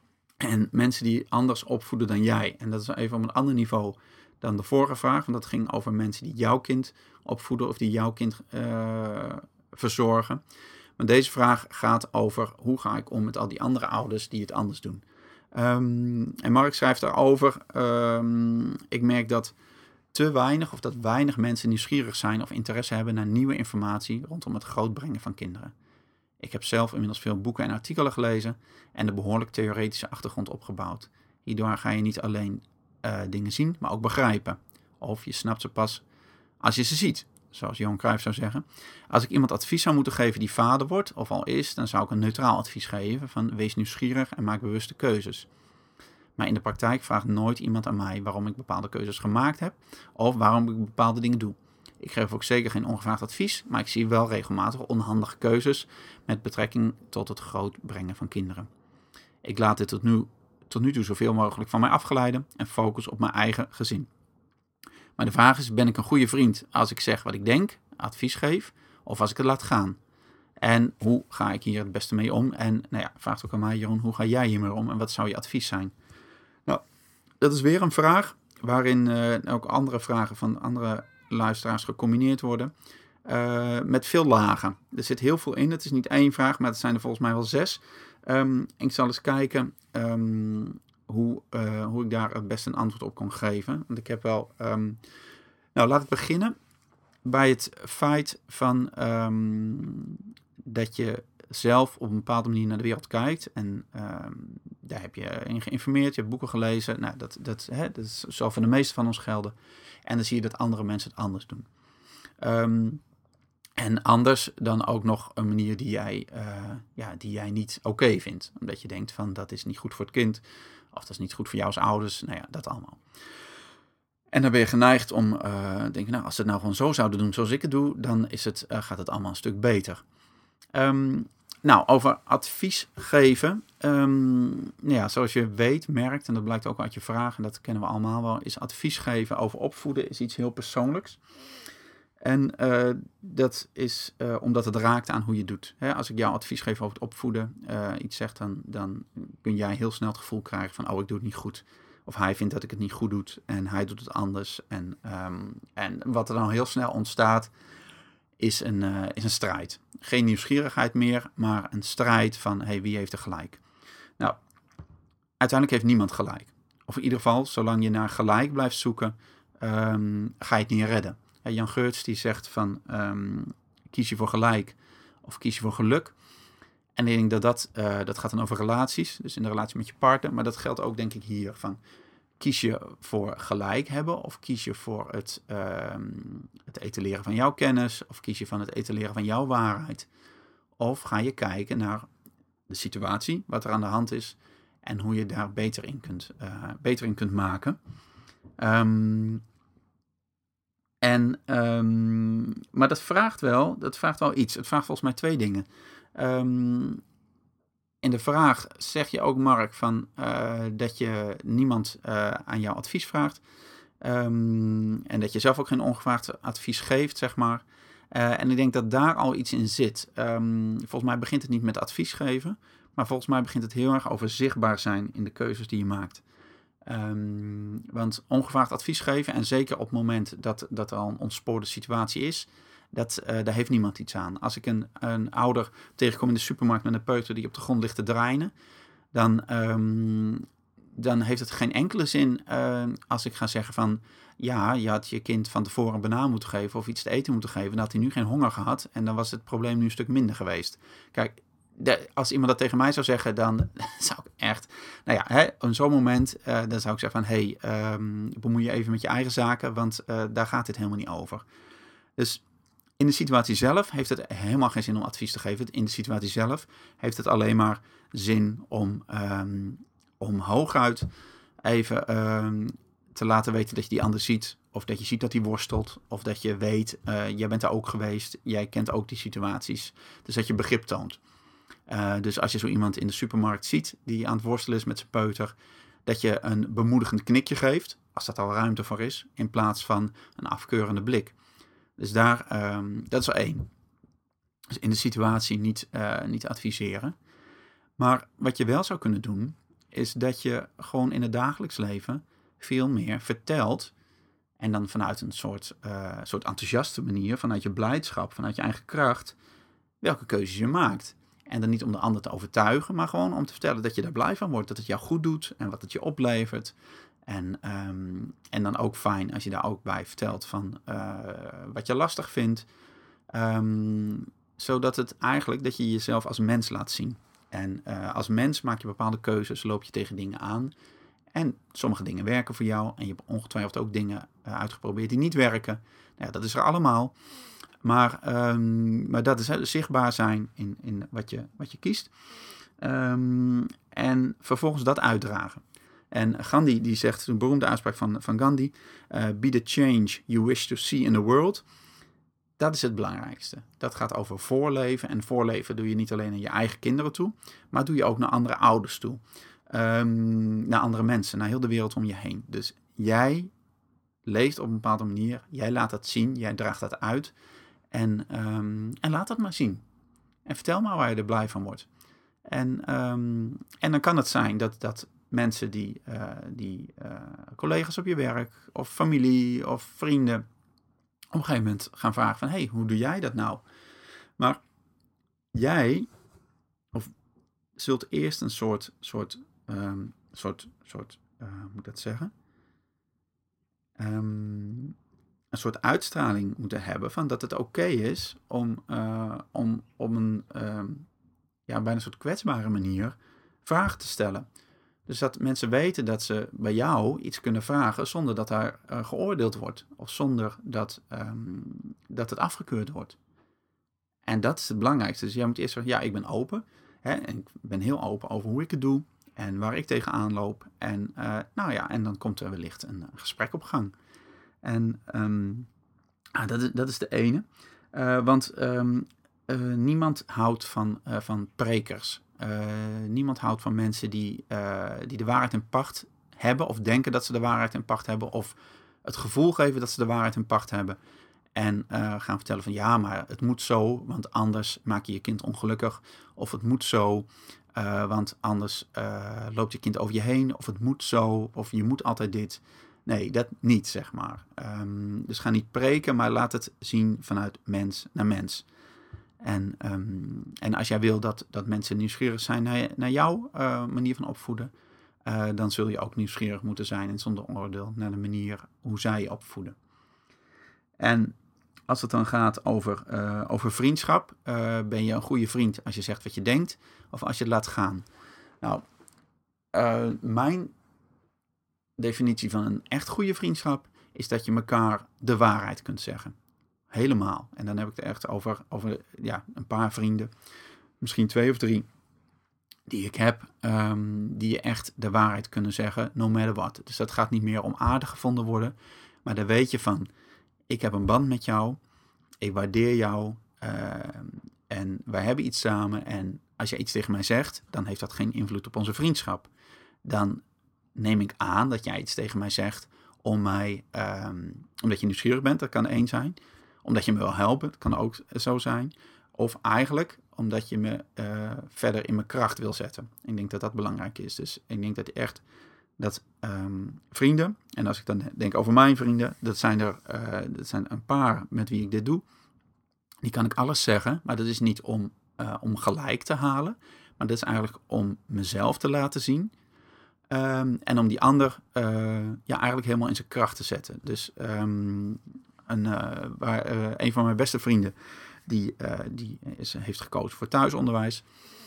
en mensen die anders opvoeden dan jij. En dat is even op een ander niveau dan de vorige vraag. Want dat ging over mensen die jouw kind opvoeden of die jouw kind uh, verzorgen. Maar deze vraag gaat over hoe ga ik om met al die andere ouders die het anders doen. Um, en Mark schrijft daarover, um, ik merk dat te weinig of dat weinig mensen nieuwsgierig zijn of interesse hebben naar nieuwe informatie rondom het grootbrengen van kinderen. Ik heb zelf inmiddels veel boeken en artikelen gelezen en een behoorlijk theoretische achtergrond opgebouwd. Hierdoor ga je niet alleen uh, dingen zien, maar ook begrijpen. Of je snapt ze pas als je ze ziet. zoals Johan Cruijff zou zeggen. Als ik iemand advies zou moeten geven die vader wordt, of al is, dan zou ik een neutraal advies geven van wees nieuwsgierig en maak bewuste keuzes. Maar in de praktijk vraagt nooit iemand aan mij waarom ik bepaalde keuzes gemaakt heb of waarom ik bepaalde dingen doe. Ik geef ook zeker geen ongevraagd advies, maar ik zie wel regelmatig onhandige keuzes met betrekking tot het grootbrengen van kinderen. Ik laat dit tot nu, tot nu toe zoveel mogelijk van mij afgeleiden en focus op mijn eigen gezin. Maar de vraag is, ben ik een goede vriend als ik zeg wat ik denk, advies geef, of als ik het laat gaan? En hoe ga ik hier het beste mee om? En nou ja, vraagt ook aan mij, Jeroen, hoe ga jij hiermee om en wat zou je advies zijn? Nou, dat is weer een vraag waarin uh, ook andere vragen van andere luisteraars gecombineerd worden. Uh, met veel lagen. Er zit heel veel in. Het is niet één vraag, maar het zijn er volgens mij wel zes. Um, ik zal eens kijken um, hoe, uh, hoe ik daar het beste een antwoord op kan geven. Want ik heb wel... Um, nou, laat ik beginnen bij het feit van um, dat je zelf op een bepaalde manier naar de wereld kijkt. En um, daar heb je in geïnformeerd, je hebt boeken gelezen. Nou, dat, dat, hè, dat is, zal voor de meeste van ons gelden. En dan zie je dat andere mensen het anders doen. Um, en anders dan ook nog een manier die jij, uh, ja, die jij niet oké okay vindt. Omdat je denkt van dat is niet goed voor het kind. Of dat is niet goed voor jou als ouders. Nou ja, dat allemaal. En dan ben je geneigd om uh, te denken, nou als ze het nou gewoon zo zouden doen zoals ik het doe, dan is het, uh, gaat het allemaal een stuk beter. Um, nou, over advies geven. Um, ja, zoals je weet, merkt, en dat blijkt ook uit je vraag, en dat kennen we allemaal wel, is advies geven over opvoeden is iets heel persoonlijks. En uh, dat is uh, omdat het raakt aan hoe je het doet. Hè, als ik jou advies geef over het opvoeden, uh, iets zeg, dan, dan kun jij heel snel het gevoel krijgen van, oh, ik doe het niet goed. Of hij vindt dat ik het niet goed doe en hij doet het anders. En, um, en wat er dan heel snel ontstaat, is een, uh, is een strijd. Geen nieuwsgierigheid meer, maar een strijd van, hey, wie heeft er gelijk? Nou, uiteindelijk heeft niemand gelijk. Of in ieder geval, zolang je naar gelijk blijft zoeken, um, ga je het niet redden. Jan Geurts die zegt van, um, kies je voor gelijk of kies je voor geluk? En ik denk dat dat, uh, dat gaat dan over relaties, dus in de relatie met je partner. Maar dat geldt ook denk ik hier van, kies je voor gelijk hebben of kies je voor het, uh, het etaleren van jouw kennis of kies je van het etaleren van jouw waarheid? Of ga je kijken naar de situatie, wat er aan de hand is en hoe je daar beter in kunt, uh, beter in kunt maken. Um, en, um, maar dat vraagt wel, dat vraagt wel iets. Het vraagt volgens mij twee dingen. Um, in de vraag zeg je ook, Mark, van, uh, dat je niemand uh, aan jou advies vraagt. Um, en dat je zelf ook geen ongevraagd advies geeft, zeg maar. Uh, en ik denk dat daar al iets in zit. Um, volgens mij begint het niet met advies geven. Maar volgens mij begint het heel erg over zichtbaar zijn in de keuzes die je maakt. Um, want ongevraagd advies geven, en zeker op het moment dat, dat er al een ontspoorde situatie is, dat, uh, daar heeft niemand iets aan. Als ik een, een ouder tegenkom in de supermarkt met een peuter die op de grond ligt te draaien, dan, um, dan heeft het geen enkele zin uh, als ik ga zeggen van, ja, je had je kind van tevoren een banaan moeten geven of iets te eten moeten geven, dan had hij nu geen honger gehad en dan was het probleem nu een stuk minder geweest. Kijk, de, als iemand dat tegen mij zou zeggen, dan zou ik echt, nou ja, hè, in zo'n moment, uh, dan zou ik zeggen van, hé, hey, um, bemoei je even met je eigen zaken, want uh, daar gaat dit helemaal niet over. Dus in de situatie zelf heeft het helemaal geen zin om advies te geven. In de situatie zelf heeft het alleen maar zin om, um, om hooguit even um, te laten weten dat je die ander ziet. Of dat je ziet dat hij worstelt. Of dat je weet, uh, jij bent daar ook geweest. Jij kent ook die situaties. Dus dat je begrip toont. Uh, dus als je zo iemand in de supermarkt ziet die aan het worstelen is met zijn peuter, dat je een bemoedigend knikje geeft, als dat al ruimte voor is, in plaats van een afkeurende blik. Dus daar, um, dat is er één. Dus in de situatie niet, uh, niet adviseren. Maar wat je wel zou kunnen doen, is dat je gewoon in het dagelijks leven veel meer vertelt. En dan vanuit een soort, uh, soort enthousiaste manier, vanuit je blijdschap, vanuit je eigen kracht, welke keuzes je maakt. En dan niet om de ander te overtuigen, maar gewoon om te vertellen dat je daar blij van wordt. Dat het jou goed doet en wat het je oplevert. En, um, en dan ook fijn als je daar ook bij vertelt van uh, wat je lastig vindt. Um, zodat het eigenlijk, dat je jezelf als mens laat zien. En uh, als mens maak je bepaalde keuzes, loop je tegen dingen aan. En sommige dingen werken voor jou. En je hebt ongetwijfeld ook dingen uh, uitgeprobeerd die niet werken. Nou ja, dat is er allemaal. Maar, um, maar dat is he, zichtbaar zijn in, in wat, je, wat je kiest. Um, en vervolgens dat uitdragen. En Gandhi die zegt, een beroemde uitspraak van, van Gandhi. Uh, be the change you wish to see in the world. Dat is het belangrijkste. Dat gaat over voorleven. En voorleven doe je niet alleen naar je eigen kinderen toe. Maar doe je ook naar andere ouders toe. Um, naar andere mensen. Naar heel de wereld om je heen. Dus jij leeft op een bepaalde manier. Jij laat dat zien. Jij draagt dat uit. En, um, en laat dat maar zien. En vertel maar waar je er blij van wordt. En, um, en dan kan het zijn dat, dat mensen die, uh, die uh, collega's op je werk. Of familie of vrienden. Op een gegeven moment gaan vragen van, hey, hoe doe jij dat nou? Maar jij of, zult eerst een soort, soort, um, soort, soort uh, hoe moet ik dat zeggen? Um, een soort uitstraling moeten hebben van dat het oké okay is om, uh, om op een um, ja, bijna een soort kwetsbare manier vragen te stellen. Dus dat mensen weten dat ze bij jou iets kunnen vragen zonder dat daar uh, geoordeeld wordt. Of zonder dat, um, dat het afgekeurd wordt. En dat is het belangrijkste. Dus jij moet eerst zeggen, ja, ik ben open. Hè, en ik ben heel open over hoe ik het doe. En waar ik tegenaan loop. En, uh, nou ja, en dan komt er wellicht een, een gesprek op gang. En um, ah, dat, is, dat is de ene. Uh, want um, uh, niemand houdt van, uh, van prekers. Uh, niemand houdt van mensen die, uh, die de waarheid in pacht hebben. Of denken dat ze de waarheid in pacht hebben. Of het gevoel geven dat ze de waarheid in pacht hebben. En uh, gaan vertellen van ja, maar het moet zo. Want anders maak je je kind ongelukkig. Of het moet zo. Uh, want anders uh, loopt je kind over je heen. Of het moet zo. Of je moet altijd dit. Nee, dat niet, zeg maar. Um, dus ga niet preken, maar laat het zien vanuit mens naar mens. En, um, en als jij wil dat, dat mensen nieuwsgierig zijn naar, naar jouw uh, manier van opvoeden, uh, dan zul je ook nieuwsgierig moeten zijn en zonder oordeel naar de manier hoe zij je opvoeden. En als het dan gaat over, uh, over vriendschap, uh, ben je een goede vriend als je zegt wat je denkt of als je het laat gaan. Nou, uh, mijn definitie van een echt goede vriendschap is dat je elkaar de waarheid kunt zeggen. Helemaal. En dan heb ik het echt over, over ja, een paar vrienden, misschien twee of drie, die ik heb, um, die je echt de waarheid kunnen zeggen, no matter what. Dus dat gaat niet meer om aardig gevonden worden, maar dan weet je van, ik heb een band met jou, ik waardeer jou uh, en wij hebben iets samen. En als jij iets tegen mij zegt, dan heeft dat geen invloed op onze vriendschap. Dan neem ik aan dat jij iets tegen mij zegt om mij, um, omdat je nieuwsgierig bent, dat kan één zijn. Omdat je me wil helpen, dat kan ook zo zijn. Of eigenlijk omdat je me uh, verder in mijn kracht wil zetten. Ik denk dat dat belangrijk is. Dus ik denk dat echt dat um, vrienden, en als ik dan denk over mijn vrienden, dat zijn er uh, dat zijn een paar met wie ik dit doe. Die kan ik alles zeggen, maar dat is niet om, uh, om gelijk te halen. Maar dat is eigenlijk om mezelf te laten zien. Um, en om die ander uh, ja, eigenlijk helemaal in zijn kracht te zetten. Dus um, een, uh, waar, uh, een van mijn beste vrienden, die, uh, die is, heeft gekozen voor thuisonderwijs.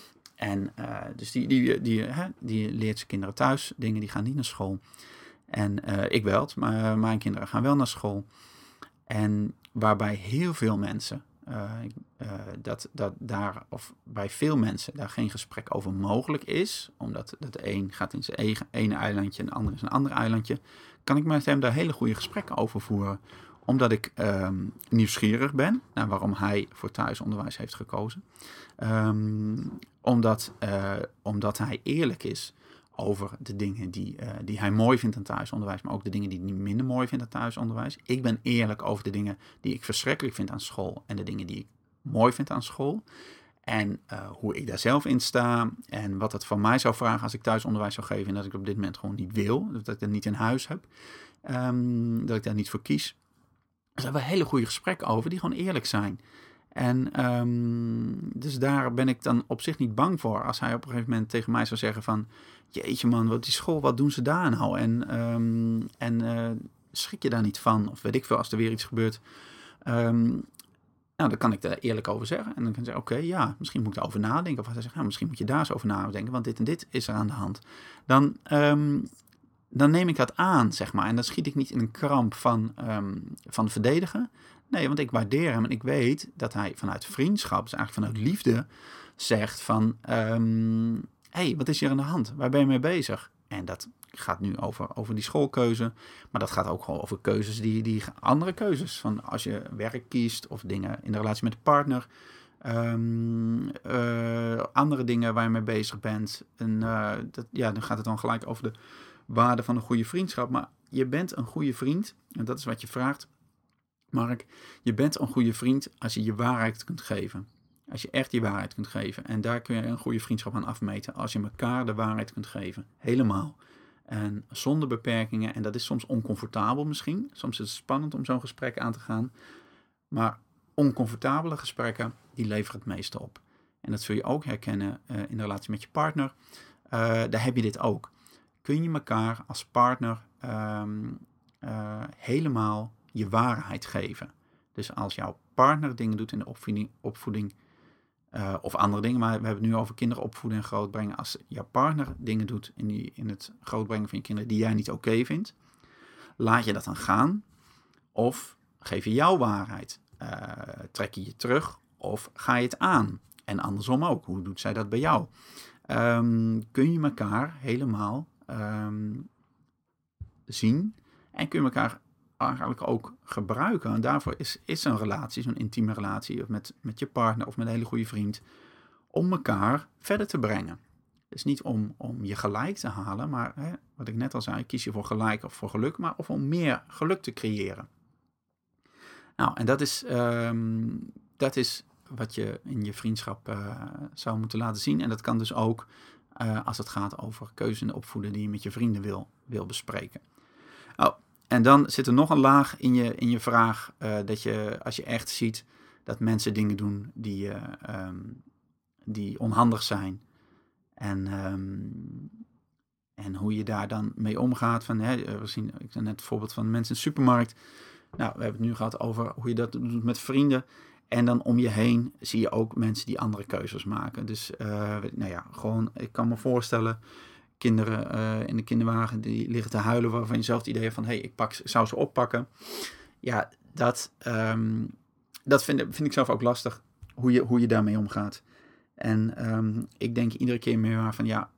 En uh, dus die, die, die, hè, die leert zijn kinderen thuis dingen, die gaan niet naar school. En uh, ik wel, maar mijn kinderen gaan wel naar school. En waarbij heel veel mensen, uh, uh, dat, dat daar, of bij veel mensen daar geen gesprek over mogelijk is, omdat dat de een gaat in zijn eigen, ene eilandje en de ander in zijn andere eilandje, kan ik met hem daar hele goede gesprekken over voeren. Omdat ik um, nieuwsgierig ben naar waarom hij voor thuisonderwijs heeft gekozen. Um, omdat, uh, omdat hij eerlijk is over de dingen die, uh, die hij mooi vindt aan thuisonderwijs, maar ook de dingen die hij minder mooi vindt aan thuisonderwijs. Ik ben eerlijk over de dingen die ik verschrikkelijk vind aan school en de dingen die ik mooi vind aan school. En uh, hoe ik daar zelf in sta en wat het van mij zou vragen als ik thuisonderwijs zou geven en dat ik op dit moment gewoon niet wil, dat ik dat niet in huis heb, um, dat ik daar niet voor kies. Dus daar hebben we hele goede gesprekken over die gewoon eerlijk zijn. En um, dus daar ben ik dan op zich niet bang voor. Als hij op een gegeven moment tegen mij zou zeggen van, jeetje man, wat die school, wat doen ze daar nou? En, um, en uh, schrik je daar niet van? Of weet ik veel, als er weer iets gebeurt. Um, nou, dan kan ik daar eerlijk over zeggen. En dan kan ik zeggen, oké, okay, ja, misschien moet ik daarover nadenken. Of hij zegt, ja, misschien moet je daar eens over nadenken, want dit en dit is er aan de hand. Dan, um, dan neem ik dat aan, zeg maar. En dan schiet ik niet in een kramp van, um, van verdedigen. Nee, want ik waardeer hem en ik weet dat hij vanuit vriendschap, dus eigenlijk vanuit liefde, zegt van, um, hé, hey, wat is hier aan de hand? Waar ben je mee bezig? En dat gaat nu over, over die schoolkeuze, maar dat gaat ook gewoon over keuzes, die, die andere keuzes. Van als je werk kiest of dingen in de relatie met de partner, um, uh, andere dingen waar je mee bezig bent. En uh, dat, ja, dan gaat het dan gelijk over de waarde van een goede vriendschap. Maar je bent een goede vriend, en dat is wat je vraagt, Mark. Je bent een goede vriend als je je waarheid kunt geven. Als je echt je waarheid kunt geven. En daar kun je een goede vriendschap aan afmeten. Als je elkaar de waarheid kunt geven. Helemaal. En zonder beperkingen. En dat is soms oncomfortabel misschien. Soms is het spannend om zo'n gesprek aan te gaan. Maar oncomfortabele gesprekken, die leveren het meeste op. En dat zul je ook herkennen uh, in de relatie met je partner. Uh, daar heb je dit ook. Kun je elkaar als partner um, uh, helemaal je waarheid geven. Dus als jouw partner dingen doet in de opvoeding, opvoeding uh, of andere dingen, maar we hebben het nu over kinderen opvoeden en grootbrengen. Als jouw partner dingen doet in, die, in het grootbrengen van je kinderen die jij niet oké okay vindt, laat je dat dan gaan of geef je jouw waarheid. Uh, trek je je terug of ga je het aan? En andersom ook. Hoe doet zij dat bij jou? Um, kun je elkaar helemaal um, zien en kun je elkaar eigenlijk ook gebruiken. En daarvoor is, is een relatie, zo'n intieme relatie, of met, met je partner of met een hele goede vriend, om elkaar verder te brengen. Dus niet om, om je gelijk te halen, maar hè, wat ik net al zei, kies je voor gelijk of voor geluk, maar of om meer geluk te creëren. Nou, en dat is, um, dat is wat je in je vriendschap uh, zou moeten laten zien. En dat kan dus ook uh, als het gaat over keuze en opvoeden die je met je vrienden wil, wil bespreken. Oh, en dan zit er nog een laag in je, in je vraag, uh, dat je, als je echt ziet dat mensen dingen doen die, uh, um, die onhandig zijn. En, um, en hoe je daar dan mee omgaat. Van, hè, we zien, ik zei net het voorbeeld van mensen in de supermarkt. Nou, we hebben het nu gehad over hoe je dat doet met vrienden. En dan om je heen zie je ook mensen die andere keuzes maken. Dus, uh, nou ja, gewoon, ik kan me voorstellen, kinderen uh, in de kinderwagen die liggen te huilen, waarvan je zelf het idee hebt van, hé, hey, ik, pak, ik zou ze oppakken. Ja, dat, um, dat vind, vind ik zelf ook lastig, hoe je, hoe je daarmee omgaat. En um, ik denk iedere keer meer van, ja,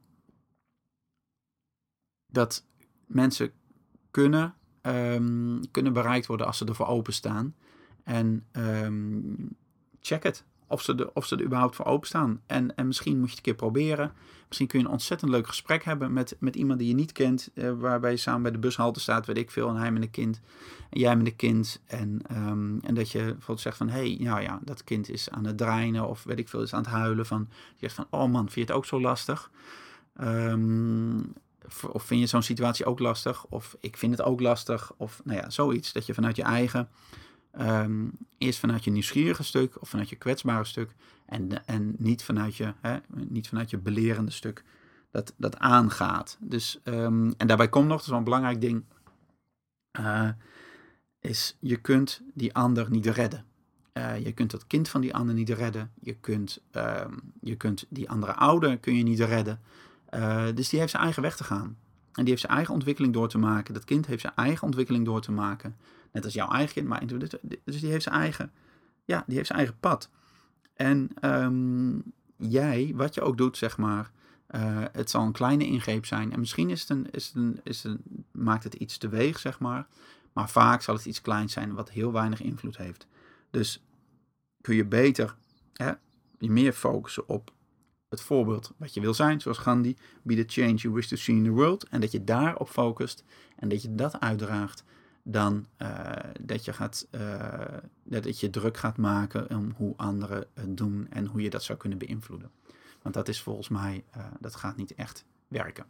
dat mensen kunnen, um, kunnen bereikt worden als ze ervoor openstaan. En um, check het. Of ze, de, of ze er überhaupt voor openstaan. En, en misschien moet je het een keer proberen. Misschien kun je een ontzettend leuk gesprek hebben met, met iemand die je niet kent. Uh, waarbij je samen bij de bushalte staat, weet ik veel. En hij met een kind. En jij met een kind. En, um, en dat je bijvoorbeeld zegt van, hé, hey, nou ja, dat kind is aan het dreinen. Of weet ik veel, is aan het huilen. Van, je zegt van, oh man, vind je het ook zo lastig? Um, of vind je zo'n situatie ook lastig? Of ik vind het ook lastig. Of nou ja, zoiets. Dat je vanuit je eigen... Um, eerst vanuit je nieuwsgierige stuk of vanuit je kwetsbare stuk en, en niet, vanuit je, hè, niet vanuit je belerende stuk dat, dat aangaat. Dus, um, en daarbij komt nog, dat is wel een belangrijk ding, uh, is je kunt die ander niet redden. Uh, je kunt dat kind van die ander niet redden. Je kunt, uh, je kunt die andere ouder kun je niet redden. Uh, dus die heeft zijn eigen weg te gaan. En die heeft zijn eigen ontwikkeling door te maken. Dat kind heeft zijn eigen ontwikkeling door te maken. Net als jouw eigen kind. Maar dus die heeft zijn eigen, ja, die heeft zijn eigen pad. En um, jij, wat je ook doet, zeg maar. Uh, het zal een kleine ingreep zijn. En misschien is het een, is het een, is het een, maakt het iets teweeg, zeg maar. Maar vaak zal het iets kleins zijn wat heel weinig invloed heeft. Dus kun je beter hè, je meer focussen op het voorbeeld wat je wil zijn, zoals Gandhi, be the change you wish to see in the world, en dat je daarop focust en dat je dat uitdraagt, dan uh, dat je gaat, uh, dat je druk gaat maken om hoe anderen het doen en hoe je dat zou kunnen beïnvloeden. Want dat is volgens mij, uh, dat gaat niet echt werken.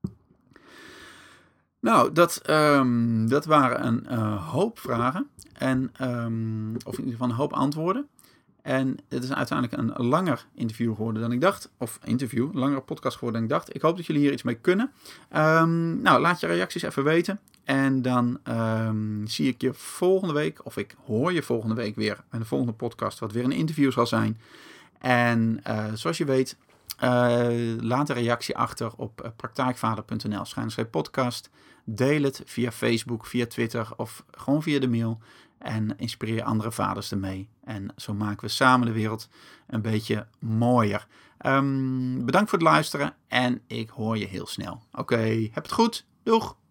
Nou, dat, um, dat waren een uh, hoop vragen, en, um, of in ieder geval een hoop antwoorden. En het is uiteindelijk een langer interview geworden dan ik dacht. Of interview, een langere podcast geworden dan ik dacht. Ik hoop dat jullie hier iets mee kunnen. Um, nou, laat je reacties even weten. En dan um, zie ik je volgende week, of ik hoor je volgende week weer in de volgende podcast, wat weer een interview zal zijn. En uh, zoals je weet, Uh, laat een reactie achter op uh, praktijkvader punt n l schuinstreep podcast. Deel het via Facebook, via Twitter of gewoon via de mail. En inspireer andere vaders ermee. En zo maken we samen de wereld een beetje mooier. Um, bedankt voor het luisteren en ik hoor je heel snel. Oké, okay, heb het goed. Doeg!